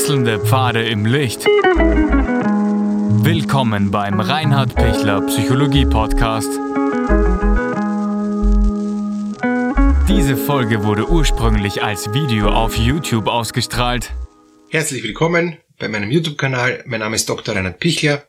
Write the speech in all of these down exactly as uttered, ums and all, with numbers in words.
Wechselnde Pfade im Licht. Willkommen beim Reinhard Pichler Psychologie Podcast. Diese Folge wurde ursprünglich als Video auf YouTube ausgestrahlt. Herzlich willkommen bei meinem YouTube-Kanal. Mein Name ist Doktor Reinhard Pichler.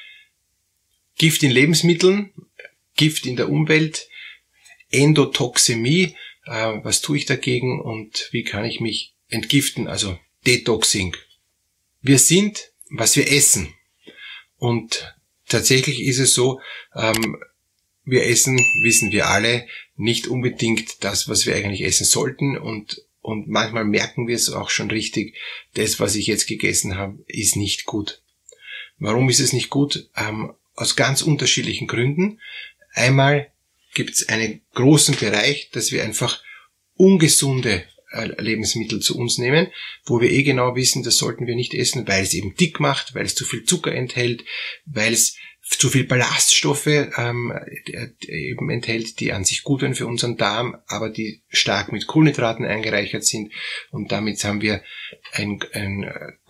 Gift in Lebensmitteln, Gift in der Umwelt, Endotoxämie. Äh, was tue ich dagegen und wie kann ich mich entgiften, also Detoxing. Wir sind, was wir essen. Und tatsächlich ist es so, ähm, wir essen, wissen wir alle, nicht unbedingt das, was wir eigentlich essen sollten. Und, und manchmal merken wir es auch schon richtig, das, was ich jetzt gegessen habe, ist nicht gut. Warum ist es nicht gut? Ähm, aus ganz unterschiedlichen Gründen. Einmal gibt es einen großen Bereich, dass wir einfach ungesunde Lebensmittel zu uns nehmen, wo wir eh genau wissen, das sollten wir nicht essen, weil es eben dick macht, weil es zu viel Zucker enthält, weil es zu viel Ballaststoffe ähm, eben enthält, die an sich gut sind für unseren Darm, aber die stark mit Kohlenhydraten eingereichert sind. Und damit haben wir ein, ein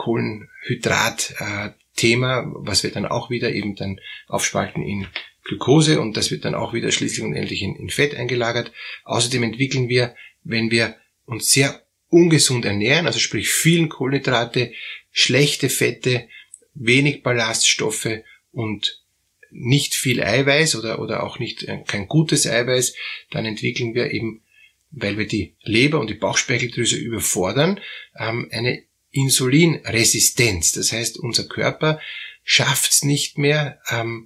Kohlenhydrat-Thema, was wir dann auch wieder eben dann aufspalten in Glucose und das wird dann auch wieder schließlich und endlich in, in Fett eingelagert. Außerdem entwickeln wir, wenn wir uns sehr ungesund ernähren, also sprich vielen Kohlenhydrate, schlechte Fette, wenig Ballaststoffe und nicht viel Eiweiß oder, oder auch nicht kein gutes Eiweiß, dann entwickeln wir eben, weil wir die Leber und die Bauchspeicheldrüse überfordern, eine Insulinresistenz. Das heißt, unser Körper schafft es nicht mehr,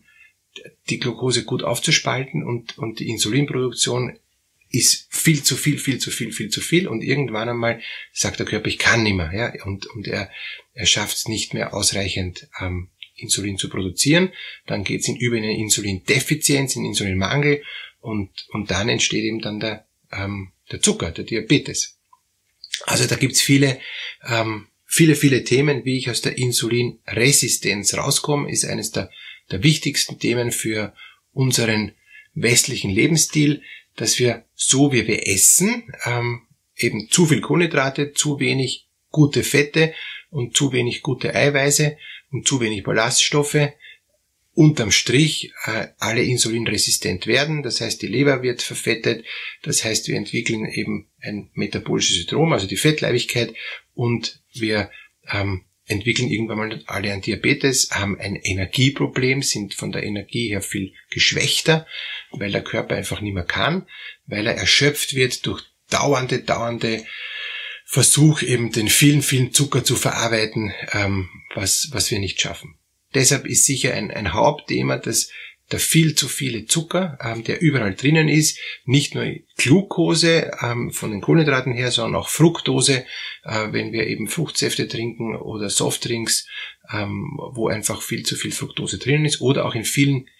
die Glucose gut aufzuspalten und, und die Insulinproduktion ist viel zu viel, viel zu viel, viel zu viel und irgendwann einmal sagt der Körper, ich kann nicht mehr, ja, und, und er, er schafft es nicht mehr ausreichend, ähm, Insulin zu produzieren, dann geht es über eine Insulindefizienz, in Insulinmangel und, und dann entsteht eben dann der, ähm, der Zucker, der Diabetes. Also da gibt's viele, ähm, viele, viele Themen, wie ich aus der Insulinresistenz rauskomme, ist eines der, der wichtigsten Themen für unseren westlichen Lebensstil, dass wir so wie wir essen, ähm, eben zu viel Kohlenhydrate, zu wenig gute Fette und zu wenig gute Eiweiße und zu wenig Ballaststoffe, unterm Strich äh, alle insulinresistent werden. Das heißt, die Leber wird verfettet, das heißt, wir entwickeln eben ein metabolisches Syndrom, also die Fettleibigkeit und wir ähm, entwickeln irgendwann mal alle ein Diabetes, haben ein Energieproblem, sind von der Energie her viel geschwächter, weil der Körper einfach nicht mehr kann, weil er erschöpft wird durch dauernde, dauernde Versuch, eben den vielen, vielen Zucker zu verarbeiten, ähm, was, was wir nicht schaffen. Deshalb ist sicher ein, ein Hauptthema, dass der viel zu viele Zucker, ähm, der überall drinnen ist, nicht nur Glucose ähm, von den Kohlenhydraten her, sondern auch Fructose, äh, wenn wir eben Fruchtsäfte trinken oder Softdrinks, ähm, wo einfach viel zu viel Fructose drinnen ist, oder auch in vielen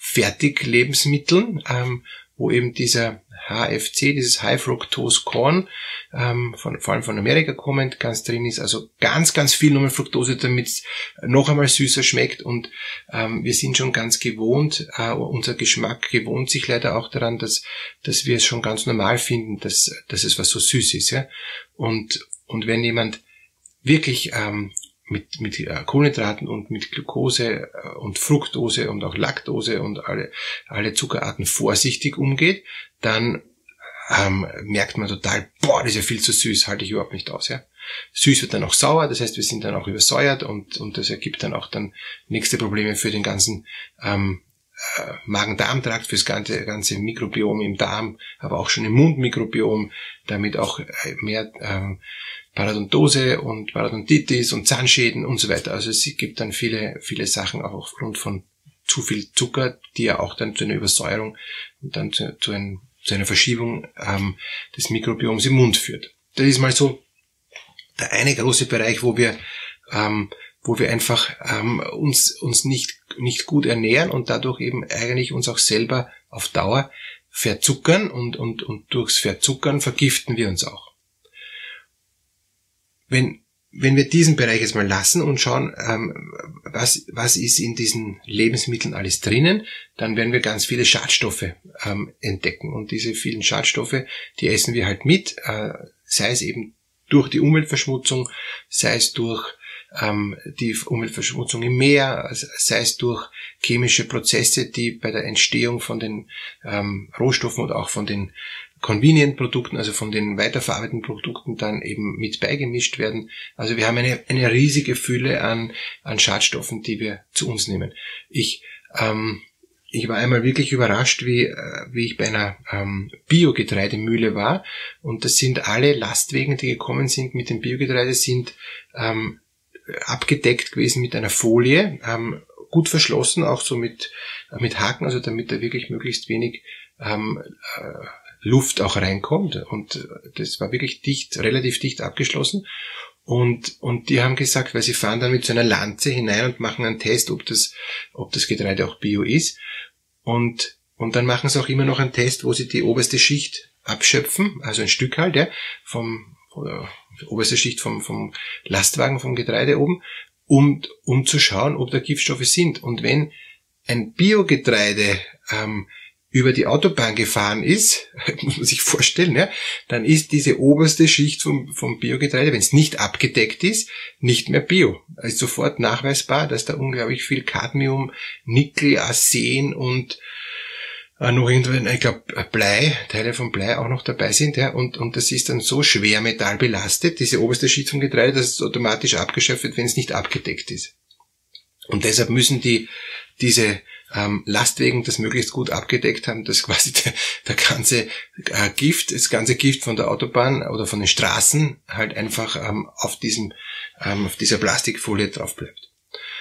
Fertiglebensmitteln, ähm, wo eben dieser H F C, dieses High Fructose Corn, ähm, von, vor allem von Amerika kommend, ganz drin ist, also ganz, ganz viel nochmal Fructose, damit es noch einmal süßer schmeckt und ähm, wir sind schon ganz gewohnt, äh, unser Geschmack gewohnt sich leider auch daran, dass, dass wir es schon ganz normal finden, dass, dass es was so süß ist, ja, und, und wenn jemand wirklich ähm, mit, mit Kohlenhydraten und mit Glucose und Fructose und auch Laktose und alle, alle Zuckerarten vorsichtig umgeht, dann ähm, merkt man total, boah, das ist ja viel zu süß, halte ich überhaupt nicht aus, ja. Süß wird dann auch sauer, das heißt, wir sind dann auch übersäuert und, und das ergibt dann auch dann nächste Probleme für den ganzen ähm, äh, Magen-Darm-Trakt, für das ganze, ganze Mikrobiom im Darm, aber auch schon im Mundmikrobiom, damit auch mehr ähm, Parodontose und Parodontitis und Zahnschäden und so weiter. Also es gibt dann viele, viele Sachen auch aufgrund von zu viel Zucker, die ja auch dann zu einer Übersäuerung und dann zu, zu, ein, zu einer Verschiebung ähm, des Mikrobioms im Mund führt. Das ist mal so der eine große Bereich, wo wir, ähm, wo wir einfach ähm, uns uns nicht nicht gut ernähren und dadurch eben eigentlich uns auch selber auf Dauer verzuckern und und und durchs Verzuckern vergiften wir uns auch. Wenn, wenn wir diesen Bereich jetzt mal lassen und schauen, ähm, was, was ist in diesen Lebensmitteln alles drinnen, dann werden wir ganz viele Schadstoffe ähm, entdecken. Und diese vielen Schadstoffe, die essen wir halt mit, äh, sei es eben durch die Umweltverschmutzung, sei es durch ähm, die Umweltverschmutzung im Meer, sei es durch chemische Prozesse, die bei der Entstehung von den ähm, Rohstoffen und auch von den Convenient-Produkten, also von den weiterverarbeiteten Produkten dann eben mit beigemischt werden. Also wir haben eine, eine riesige Fülle an, an Schadstoffen, die wir zu uns nehmen. Ich, ähm, ich war einmal wirklich überrascht, wie, äh, wie ich bei einer ähm, Biogetreidemühle war, und das sind alle Lastwagen, die gekommen sind mit dem Biogetreide, sind ähm, abgedeckt gewesen mit einer Folie, ähm, gut verschlossen, auch so mit, mit Haken, also damit da wirklich möglichst wenig ähm, äh, Luft auch reinkommt, und das war wirklich dicht, relativ dicht abgeschlossen. Und, und die haben gesagt, weil sie fahren dann mit so einer Lanze hinein und machen einen Test, ob das, ob das Getreide auch Bio ist. Und, und dann machen sie auch immer noch einen Test, wo sie die oberste Schicht abschöpfen, also ein Stück halt, ja, vom, oder die oberste Schicht vom, vom Lastwagen, vom Getreide oben, um, um zu schauen, ob da Giftstoffe sind. Und wenn ein Biogetreide, ähm, über die Autobahn gefahren ist, muss man sich vorstellen, ja, dann ist diese oberste Schicht vom, vom Biogetreide, wenn es nicht abgedeckt ist, nicht mehr Bio. Es ist sofort nachweisbar, dass da unglaublich viel Cadmium, Nickel, Arsen und äh, noch irgendwann, ich glaube, Blei, Teile von Blei auch noch dabei sind, ja, und, und das ist dann so schwermetallbelastet, diese oberste Schicht vom Getreide, dass es automatisch abgeschöpft wird, wenn es nicht abgedeckt ist. Und deshalb müssen die, diese Ähm, Lastwagen das möglichst gut abgedeckt haben, dass quasi der, der ganze äh, Gift, das ganze Gift von der Autobahn oder von den Straßen halt einfach ähm, auf diesem, ähm, auf dieser Plastikfolie drauf bleibt.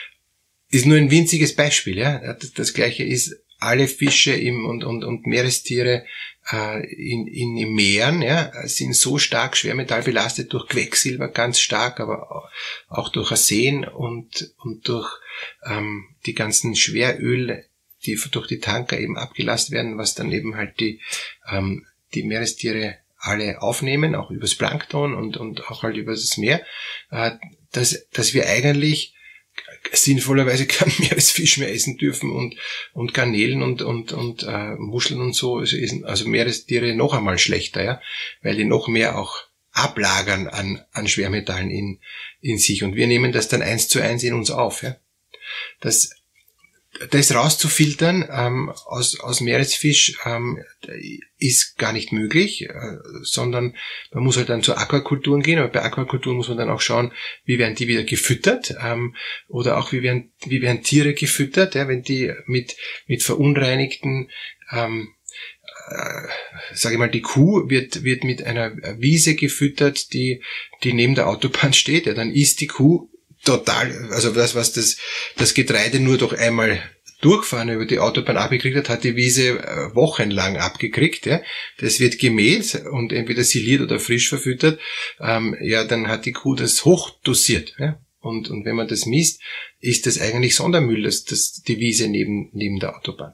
Ist nur ein winziges Beispiel, ja. Das, das Gleiche ist, alle Fische im, und, und, und Meerestiere äh, in, in den Meeren, ja, sind so stark schwermetallbelastet durch Quecksilber ganz stark, aber auch durch Arsen und, und durch ähm, die ganzen Schweröle, die durch die Tanker eben abgelastet werden, was dann eben halt die, ähm, die Meerestiere alle aufnehmen, auch übers Plankton und, und auch halt über das Meer, äh, dass, dass wir eigentlich sinnvollerweise keinen Meeresfisch mehr essen dürfen und, und Garnelen und, und, und äh, Muscheln und so, also, essen, also Meerestiere noch einmal schlechter, ja, weil die noch mehr auch ablagern an, an Schwermetallen in, in sich, und wir nehmen das dann eins zu eins in uns auf, ja. Das, das rauszufiltern ähm, aus, aus Meeresfisch ähm, ist gar nicht möglich, äh, sondern man muss halt dann zu Aquakulturen gehen, aber bei Aquakulturen muss man dann auch schauen, wie werden die wieder gefüttert, ähm, oder auch wie werden, wie werden Tiere gefüttert, ja, wenn die mit, mit verunreinigten, ähm, äh, sage ich mal, die Kuh wird, wird mit einer Wiese gefüttert, die, die neben der Autobahn steht, ja, dann isst die Kuh total, also das, was das, das Getreide nur durch einmal durchfahren über die Autobahn abgekriegt hat, hat die Wiese äh, wochenlang abgekriegt, ja. Das wird gemäht und entweder siliert oder frisch verfüttert, ähm, ja, dann hat die Kuh das hochdosiert, ja. Und, und wenn man das misst, ist das eigentlich Sondermüll, das, das, die Wiese neben, neben der Autobahn.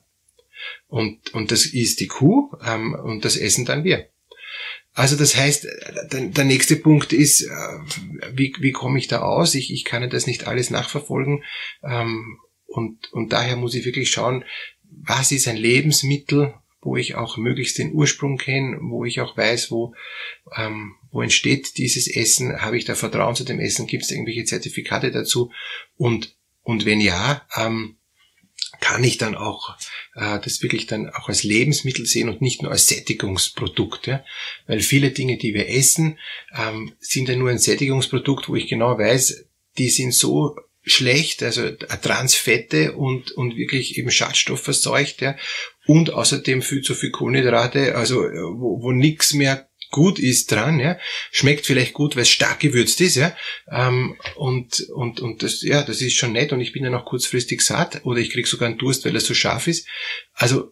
Und, und das isst die Kuh, ähm, und das essen dann wir. Also das heißt, der, der nächste Punkt ist, äh, wie, wie komme ich da aus? Ich, ich kann ja das nicht alles nachverfolgen, ähm, und, und daher muss ich wirklich schauen, was ist ein Lebensmittel, wo ich auch möglichst den Ursprung kenne, wo ich auch weiß, wo, ähm, wo entsteht dieses Essen, habe ich da Vertrauen zu dem Essen, gibt es irgendwelche Zertifikate dazu, und, und wenn ja, ähm, kann ich dann auch äh, das wirklich dann auch als Lebensmittel sehen und nicht nur als Sättigungsprodukt, ja? Weil viele Dinge, die wir essen, ähm, sind ja nur ein Sättigungsprodukt, wo ich genau weiß, die sind so schlecht, also Transfette und und wirklich eben schadstoffverseucht, ja, und außerdem viel zu viel Kohlenhydrate, also wo, wo nichts mehr gut ist dran, ja, schmeckt vielleicht gut, weil es stark gewürzt ist, ja, ähm, und und und das, ja, das ist schon nett, und ich bin dann auch kurzfristig satt, oder ich krieg sogar einen Durst, weil es so scharf ist. Also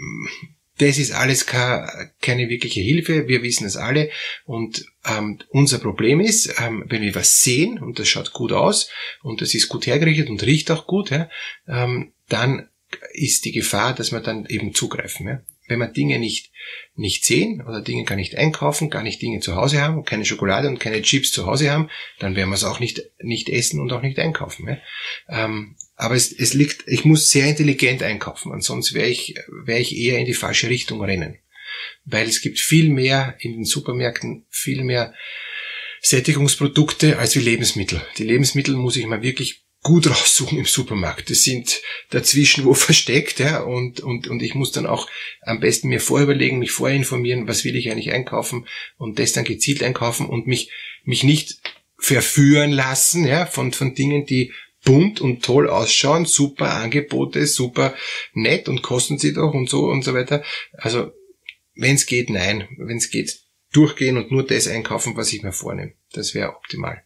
das ist alles keine, keine wirkliche Hilfe, wir wissen es alle, und ähm, unser Problem ist, ähm, wenn wir was sehen und das schaut gut aus und das ist gut hergerichtet und riecht auch gut, ja, ähm, dann ist die Gefahr, dass wir dann eben zugreifen, ja. Wenn wir Dinge nicht nicht sehen oder Dinge gar nicht einkaufen, gar nicht Dinge zu Hause haben, keine Schokolade und keine Chips zu Hause haben, dann werden wir es auch nicht nicht essen und auch nicht einkaufen. Ja? Ähm, aber es, es liegt, ich muss sehr intelligent einkaufen, ansonsten wäre ich wäre ich eher in die falsche Richtung rennen, weil es gibt viel mehr in den Supermärkten, viel mehr Sättigungsprodukte als wie Lebensmittel. Die Lebensmittel muss ich mal wirklich gut raussuchen im Supermarkt. Das sind dazwischen wo versteckt, ja, und, und, und ich muss dann auch am besten mir vorüberlegen, mich vorinformieren, was will ich eigentlich einkaufen und das dann gezielt einkaufen und mich, mich nicht verführen lassen, ja, von, von Dingen, die bunt und toll ausschauen, super Angebote, super nett und kosten sie doch und so und so weiter. Also, wenn es geht, nein. Wenn es geht, durchgehen und nur das einkaufen, was ich mir vornehme. Das wäre optimal.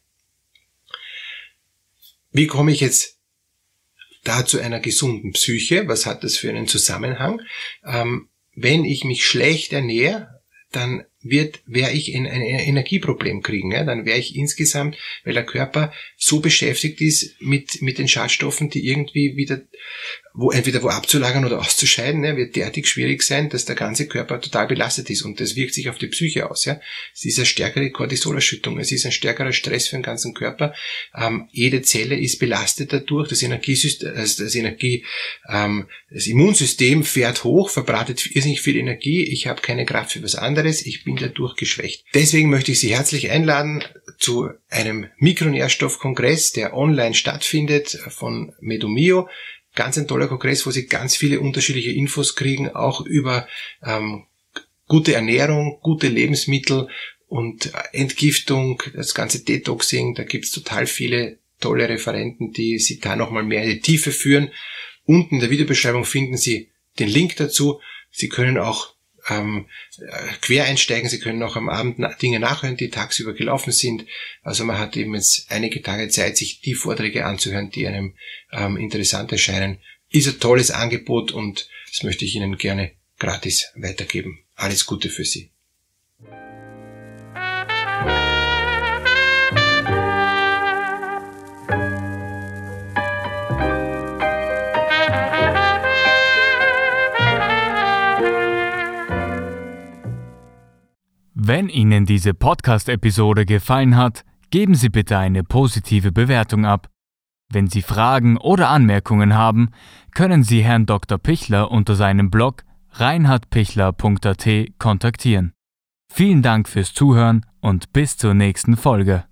Wie komme ich jetzt da zu einer gesunden Psyche? Was hat das für einen Zusammenhang? Ähm, wenn ich mich schlecht ernähre, dann wird, werde ich in ein Energieproblem kriegen. Ja? Dann wäre ich insgesamt, weil der Körper so beschäftigt ist mit mit den Schadstoffen, die irgendwie wieder, wo entweder wo abzulagern oder auszuscheiden, ja, wird derartig schwierig sein, dass der ganze Körper total belastet ist und das wirkt sich auf die Psyche aus. Ja? Es ist eine stärkere Cortisolausschüttung, es ist ein stärkerer Stress für den ganzen Körper. Ähm, jede Zelle ist belastet dadurch, das Energiesystem, das, das Energie, ähm, das Immunsystem fährt hoch, verbratet irrsinnig viel Energie. Ich habe keine Kraft für was anderes. Ich bin dadurch geschwächt. Deswegen möchte ich Sie herzlich einladen zu einem Mikronährstoffkongress, der online stattfindet von Medomio. Ganz ein toller Kongress, wo Sie ganz viele unterschiedliche Infos kriegen, auch über ähm, gute Ernährung, gute Lebensmittel und Entgiftung, das ganze Detoxing. Da gibt's total viele tolle Referenten, die Sie da nochmal mehr in die Tiefe führen. Unten in der Videobeschreibung finden Sie den Link dazu. Sie können auch ähm, quer einsteigen, Sie können auch am Abend na- Dinge nachhören, die tagsüber gelaufen sind. Also man hat eben jetzt einige Tage Zeit, sich die Vorträge anzuhören, die einem ähm, interessant erscheinen. Ist ein tolles Angebot und das möchte ich Ihnen gerne gratis weitergeben. Alles Gute für Sie. Wenn Ihnen diese Podcast-Episode gefallen hat, geben Sie bitte eine positive Bewertung ab. Wenn Sie Fragen oder Anmerkungen haben, können Sie Herrn Doktor Pichler unter seinem Blog reinhard pichler punkt a t kontaktieren. Vielen Dank fürs Zuhören und bis zur nächsten Folge.